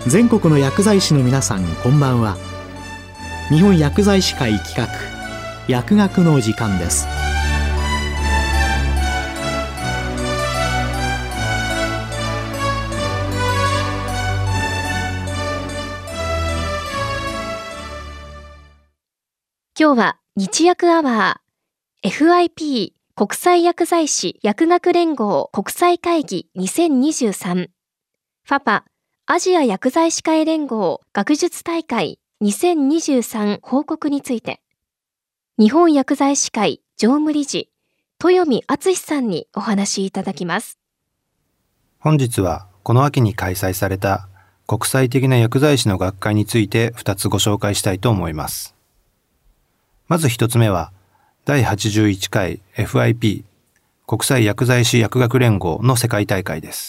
全国の薬剤師の皆さん、こんばんは。日本薬剤師会企画、薬学の時間です。 今日は日薬アワー FIP 国際薬剤師薬学連合国際会議2023 FAPA アジア薬剤師会連合学術大会2023報告について、日本薬剤師会常務理事豊見敦さんにお話しいただきます。 本日はこの秋に開催された国際的な薬剤師の学会について2つご紹介したいと思います。まず1つ目は第81回 FIP 国際薬剤師薬学連合の世界大会です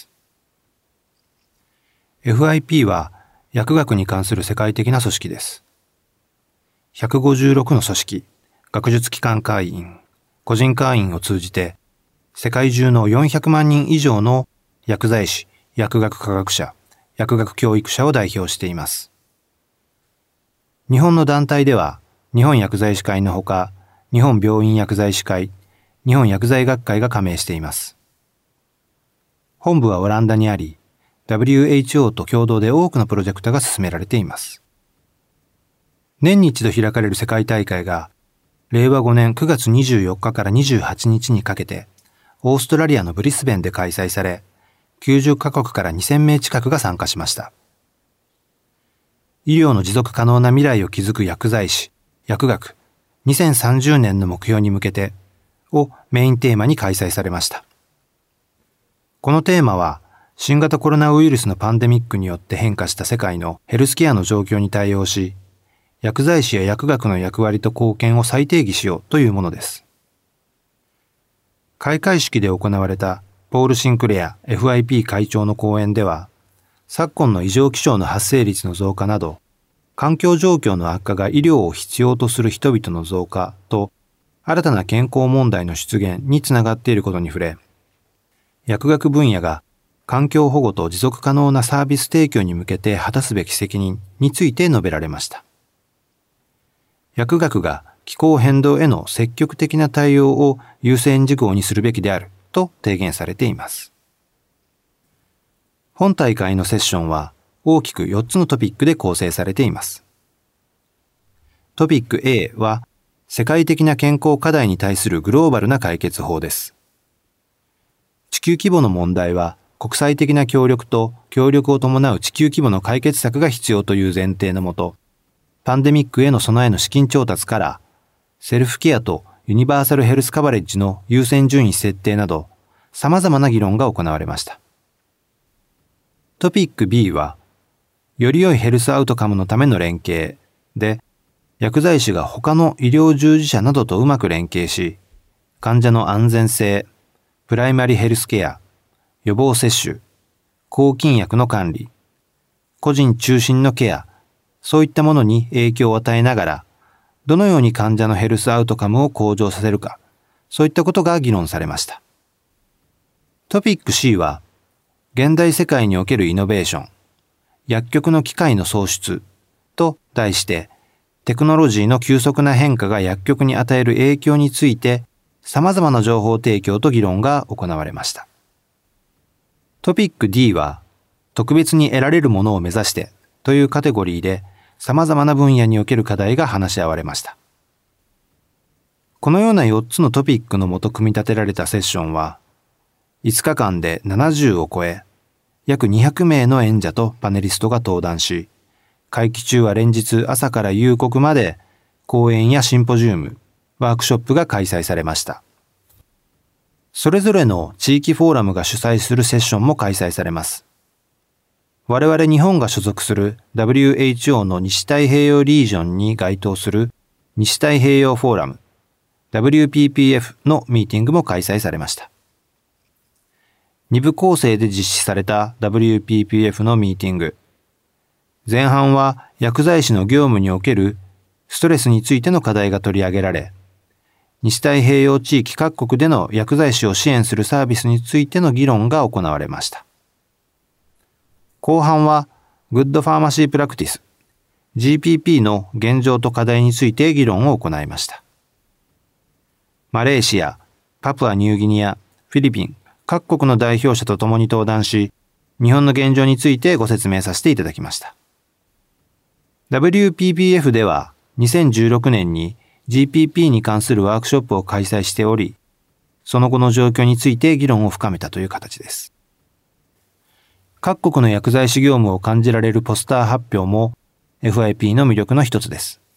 。FIP は薬学に関する世界的な組織です。156の組織、学術機関会員、個人会員を通じて世界中の400万人以上の薬剤師、薬学科学者、薬学教育者を代表しています。日本の団体では日本薬剤師会のほか、日本病院薬剤師会、日本薬剤学会が加盟しています。本部はオランダにあり、WHO と共同で多くのプロジェクトが進められています。年に一度開かれる世界大会が、令和5年9月24日から28日にかけて、オーストラリアのブリスベンで開催され、90カ国から2000名近くが参加しました。医療の持続可能な未来を築く薬剤師、薬学、2030年の目標に向けてをメインテーマに開催されました。このテーマは、新型コロナウイルスのパンデミックによって変化した世界のヘルスケアの状況に対応し、薬剤師や薬学の役割と貢献を再定義しようというものです。開会式で行われたポール・シンクレア FIP 会長の講演では、昨今の異常気象の発生率の増加など、環境状況の悪化が医療を必要とする人々の増加と、新たな健康問題の出現につながっていることに触れ、薬学分野が環境保護と持続可能なサービス提供に向けて果たすべき責任について述べられました。薬学が気候変動への積極的な対応を優先事項にするべきであると提言されています。本大会のセッションは大きく4つのトピックで構成されています。トピック A は世界的な健康課題に対するグローバルな解決法です。地球規模の問題は国際的な協力と協力を伴う地球規模の解決策が必要という前提のもと、パンデミックへの備えの資金調達から、セルフケアとユニバーサルヘルスカバレッジの優先順位設定など、様々な議論が行われました。トピック B は、より良いヘルスアウトカムのための連携で、薬剤師が他の医療従事者などとうまく連携し、患者の安全性、プライマリヘルスケア、予防接種、抗菌薬の管理、個人中心のケア、そういったものに影響を与えながら、どのように患者のヘルスアウトカムを向上させるか、そういったことが議論されました。トピック C は、現代世界におけるイノベーション、薬局の機械の創出と題して、テクノロジーの急速な変化が薬局に与える影響について、様々な情報提供と議論が行われました。トピック D は、特別に得られるものを目指してというカテゴリーで様々な分野における課題が話し合われました。このような4つのトピックのもと組み立てられたセッションは、5日間で70を超え、約200名の演者とパネリストが登壇し、会期中は連日朝から夕刻まで講演やシンポジウム、ワークショップが開催されました。それぞれの地域フォーラムが主催するセッションも開催されます。我々日本が所属する WHO の西太平洋リージョンに該当する西太平洋フォーラム WPPF のミーティングも開催されました。2部構成で実施された WPPF のミーティング。前半は薬剤師の業務におけるストレスについての課題が取り上げられ、西太平洋地域各国での薬剤師を支援するサービスについての議論が行われました。後半はグッドファーマシープラクティス GPP の現状と課題について議論を行いました。マレーシア、パプアニューギニア、フィリピン、各国の代表者と共に登壇し、日本の現状についてご説明させていただきました。WPPF では2016年に GPP に関するワークショップを開催しており、その後の状況について議論を深めたという形です。各国の薬剤師業務を感じられるポスター発表も FIP の魅力の一つです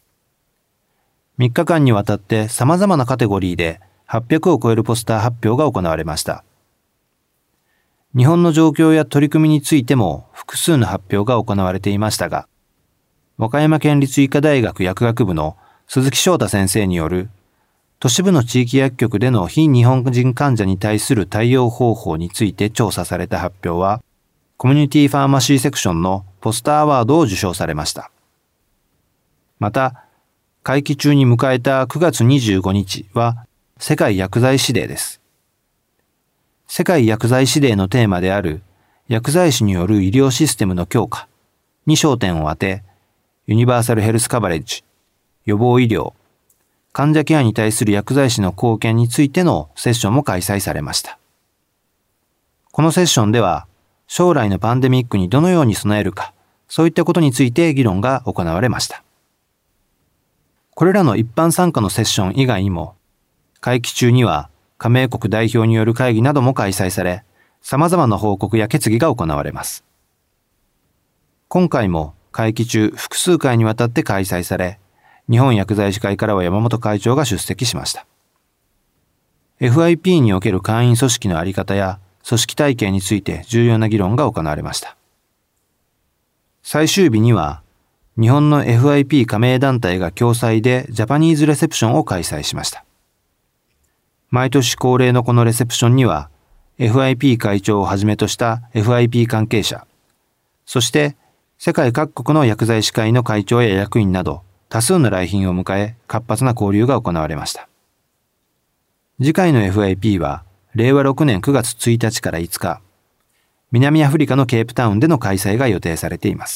。3日間にわたって様々なカテゴリーで800を超えるポスター発表が行われました。日本の状況や取り組みについても複数の発表が行われていましたが、和歌山県立医科大学薬学部の鈴木翔太先生による都市部の地域薬局での非日本人患者に対する対応方法について調査された発表は、コミュニティファーマシーセクションのポスターアワードを受賞されました。また、会期中に迎えた9月25日は世界薬剤師デーです。世界薬剤師デーのテーマである薬剤師による医療システムの強化に焦点を当て、ユニバーサルヘルスカバレッジ、予防医療、患者ケアに対する薬剤師の貢献についてのセッションも開催されました。このセッションでは、将来のパンデミックにどのように備えるか、そういったことについて議論が行われました。これらの一般参加のセッション以外にも、会期中には加盟国代表による会議なども開催され、様々な報告や決議が行われます。今回も会期中複数回にわたって開催され、日本薬剤師会からは山本会長が出席しました。FIP における会員組織のあり方や組織体系について重要な議論が行われました。最終日には、日本の FIP 加盟団体が共催でジャパニーズレセプションを開催しました。毎年恒例のこのレセプションには、FIP 会長をはじめとした FIP 関係者、そして世界各国の薬剤師会の会長や役員など多数の来賓を迎え活発な交流が行われました。次回の FIP は令和6年9月1日から5日、南アフリカのケープタウンでの開催が予定されています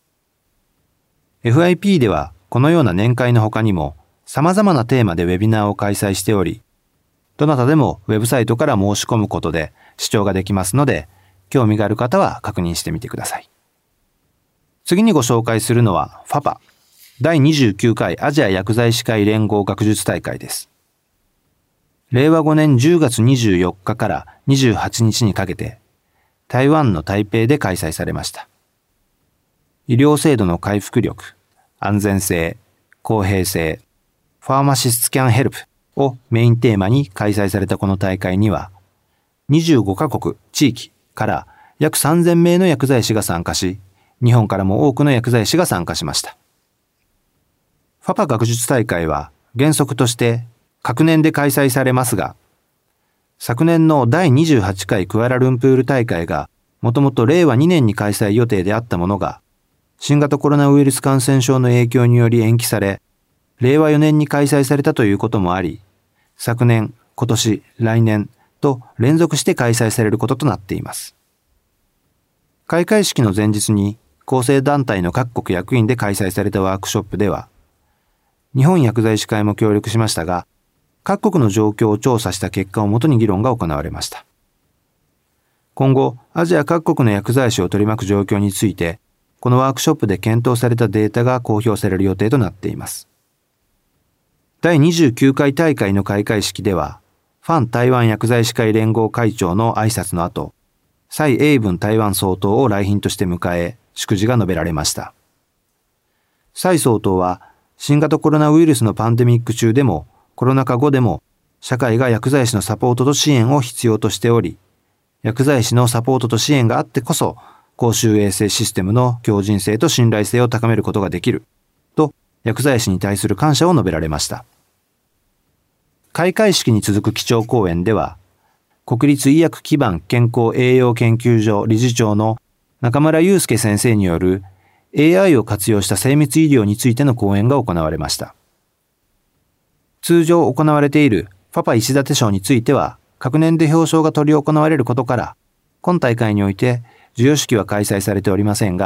。FIP ではこのような年会の他にも様々なテーマでウェビナーを開催しており、どなたでもウェブサイトから申し込むことで視聴ができますので、興味がある方は確認してみてください。次にご紹介するのは FAPA 第29回アジア薬剤師会連合学術大会です。令和5年10月24日から28日にかけて台湾の台北で開催されました。医療制度の回復力、安全性、公平性、ファーマシストキャンヘルプをメインテーマに開催されたこの大会には、25カ国、地域から約3000名の薬剤師が参加し、日本からも多くの薬剤師が参加しました。FAPA 学術大会は原則として各年で開催されますが、昨年の第28回クアラルンプール大会がもともと令和2年に開催予定であったものが、新型コロナウイルス感染症の影響により延期され、令和4年に開催されたということもあり、昨年、今年、来年と連続して開催されることとなっています。開会式の前日に構成団体の各国役員で開催されたワークショップでは、日本薬剤師会も協力しましたが、各国の状況を調査した結果をもとに議論が行われました。今後、アジア各国の薬剤師を取り巻く状況について、このワークショップで検討されたデータが公表される予定となっています。第29回大会の開会式では、ファン台湾薬剤師会連合会長の挨拶の後、蔡英文台湾総統を来賓として迎え、祝辞が述べられました。蔡総統は、新型コロナウイルスのパンデミック中でも、コロナ禍後でも、社会が薬剤師のサポートと支援を必要としており、薬剤師のサポートと支援があってこそ、公衆衛生システムの強靭性と信頼性を高めることができる、と薬剤師に対する感謝を述べられました。開会式に続く基調講演では、国立医薬基盤健康栄養研究所理事長の中村祐介先生による AI を活用した精密医療についての講演が行われました。通常行われているFAPA石立賞については、各年で表彰が執り行われることから、今大会において授与式は開催されておりませんが、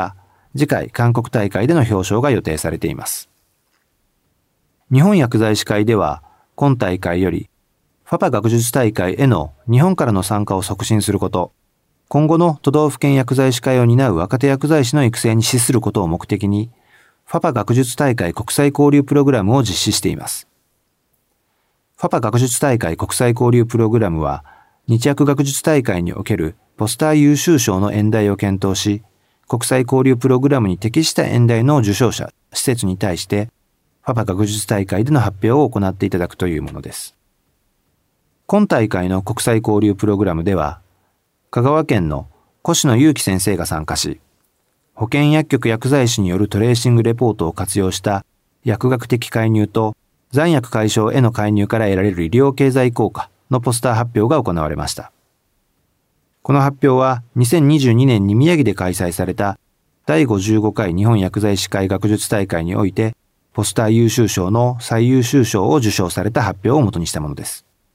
次回韓国大会での表彰が予定されています。日本薬剤師会では今大会よりファパ学術大会への日本からの参加を促進すること、今後の都道府県薬剤師会を担う若手薬剤師の育成に資することを目的に、ファパ学術大会国際交流プログラムを実施しています。ファパ学術大会国際交流プログラムは、日薬学術大会におけるポスター優秀賞の演題を検討し、国際交流プログラムに適した演題の受賞者、施設に対して、ファパ学術大会での発表を行っていただくというものです。今大会の国際交流プログラムでは、香川県の越野祐樹先生が参加し、保健薬局薬剤師によるトレーシングレポートを活用した薬学的介入と残薬解消への介入から得られる医療経済効果のポスター発表が行われました。この発表は2022年に宮城で開催された第55回日本薬剤師会学術大会においてポスター優秀賞の最優秀賞を受賞された発表を元にしたものです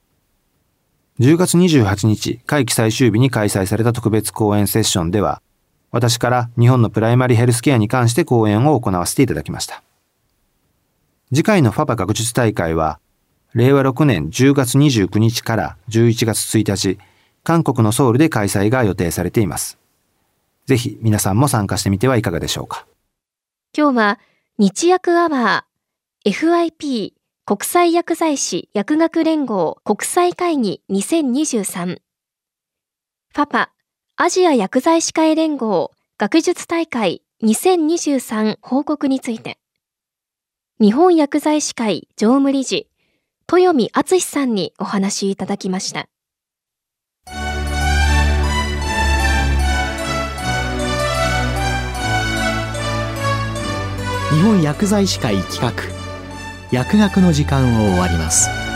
。10月28日、会期最終日に開催された特別講演セッションでは、私から日本のプライマリヘルスケアに関して講演を行わせていただきました。次回のファパ学術大会は、令和6年10月29日から11月1日、韓国のソウルで開催が予定されています。ぜひ皆さんも参加してみてはいかがでしょうか。 今日は日薬アワー FIP 国際薬剤師薬学連合国際会議2023ファパアジア薬剤師会連合学術大会2023報告について日本薬剤師会常務理事豊見敦さんにお話しいただきました。 日本薬剤師会企画薬学の時間を終わります。